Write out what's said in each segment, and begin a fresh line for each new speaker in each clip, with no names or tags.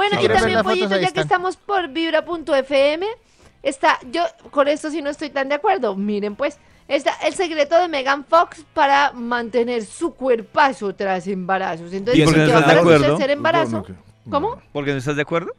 Bueno, y
quieren ver
también,
las fotos,
Pollito,
ahí
ya que
están.
estamos por vibra.fm, yo con esto sí no estoy tan de acuerdo. Miren, pues, está el secreto de Megan Fox para mantener su cuerpazo tras embarazos. Entonces,
¿Y por
si
qué
te
no
va
estás de
para tu
acuerdo?
tercer embarazo, ¿cómo?
¿Por qué no estás de acuerdo?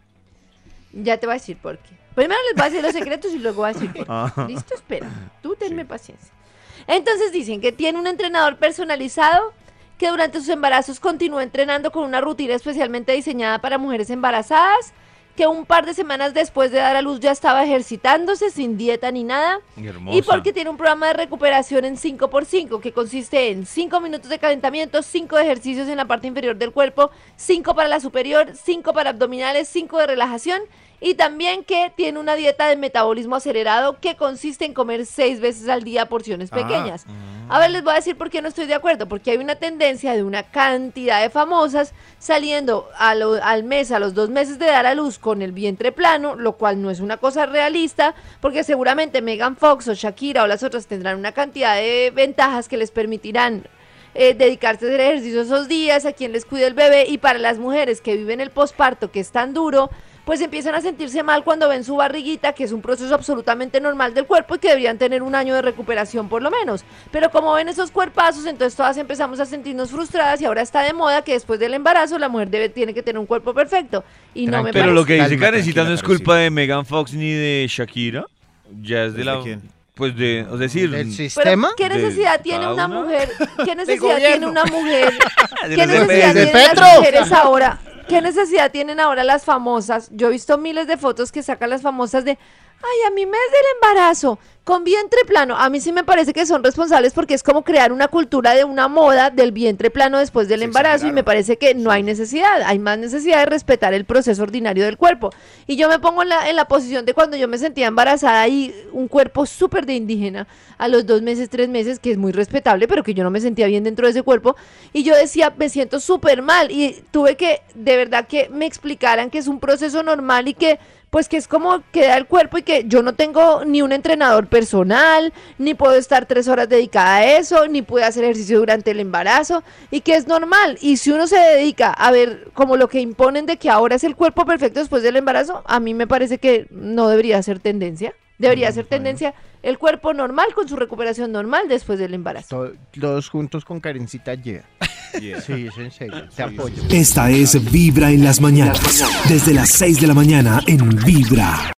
Ya te voy a decir por qué. Primero les voy a decir los secretos y luego voy a decir por qué.
Ah.
¿Listo? Espera. Tú tenme paciencia. Entonces dicen que tiene un entrenador personalizado que durante sus embarazos continúa entrenando con una rutina especialmente diseñada para mujeres embarazadas, que un par de semanas después de dar a luz ya estaba ejercitándose sin dieta ni nada.
Hermosa.
Y porque tiene un programa de recuperación en 5x5 que consiste en 5 minutos de calentamiento, 5 de ejercicios en la parte inferior del cuerpo, 5 para la superior, 5 para abdominales, 5 de relajación. Y también que tiene una dieta de metabolismo acelerado que consiste en comer 6 veces al día porciones pequeñas. A ver, les voy a decir por qué no estoy de acuerdo. Porque hay una tendencia de una cantidad de famosas saliendo al mes, a los 2 meses de dar a luz con el vientre plano, lo cual no es una cosa realista, porque seguramente Megan Fox o Shakira o las otras tendrán una cantidad de ventajas que les permitirán dedicarse a hacer ejercicio esos días, a quien les cuide el bebé. Y para las mujeres que viven el posparto, que es tan duro, pues empiezan a sentirse mal cuando ven su barriguita, que es un proceso absolutamente normal del cuerpo y que deberían tener un año de recuperación por lo menos. Pero como ven esos cuerpazos, entonces todas empezamos a sentirnos frustradas y ahora está de moda que después del embarazo la mujer tiene que tener un cuerpo perfecto. Y no me
Pero
parece.
lo que dice
Calma,
Karencita no
tranquila,
es
pero
culpa
sí.
de Megan Fox ni de Shakira. Ya es de la...
quién?
Pues de... Es decir...
¿El
Pero,
sistema?
¿qué necesidad
de
tiene
cada
una
una.
mujer? ¿Qué necesidad tiene
gobierno.
una mujer?
de
¿Qué
los
necesidad
de
tienen
Petro.
las mujeres ahora? ¿Qué necesidad tienen ahora las famosas? Yo he visto miles de fotos que sacan las famosas de, ay, a mi mes del embarazo, con vientre plano. A mí sí me parece que son responsables porque es como crear una cultura de una moda del vientre plano después del embarazo y me parece que no hay necesidad. Hay más necesidad de respetar el proceso ordinario del cuerpo. Y yo me pongo en la posición de cuando yo me sentía embarazada y un cuerpo súper de indígena a los 2 meses, 3 meses, que es muy respetable, pero que yo no me sentía bien dentro de ese cuerpo. Y yo decía, me siento súper mal. Y tuve que, de verdad, que me explicaran que es un proceso normal y que pues que es como queda el cuerpo y que yo no tengo ni un entrenador personal, ni puedo estar 3 horas dedicada a eso, ni puedo hacer ejercicio durante el embarazo y que es normal. Y si uno se dedica a ver como lo que imponen de que ahora es el cuerpo perfecto después del embarazo, a mí me parece que no debería ser tendencia. Debería ser tendencia el cuerpo normal con su recuperación normal después del embarazo.
Todos juntos con Karencita llega. Sí, es en serio. Te apoyo.
Esta es Vibra en las mañanas. Desde las 6 de la mañana en Vibra.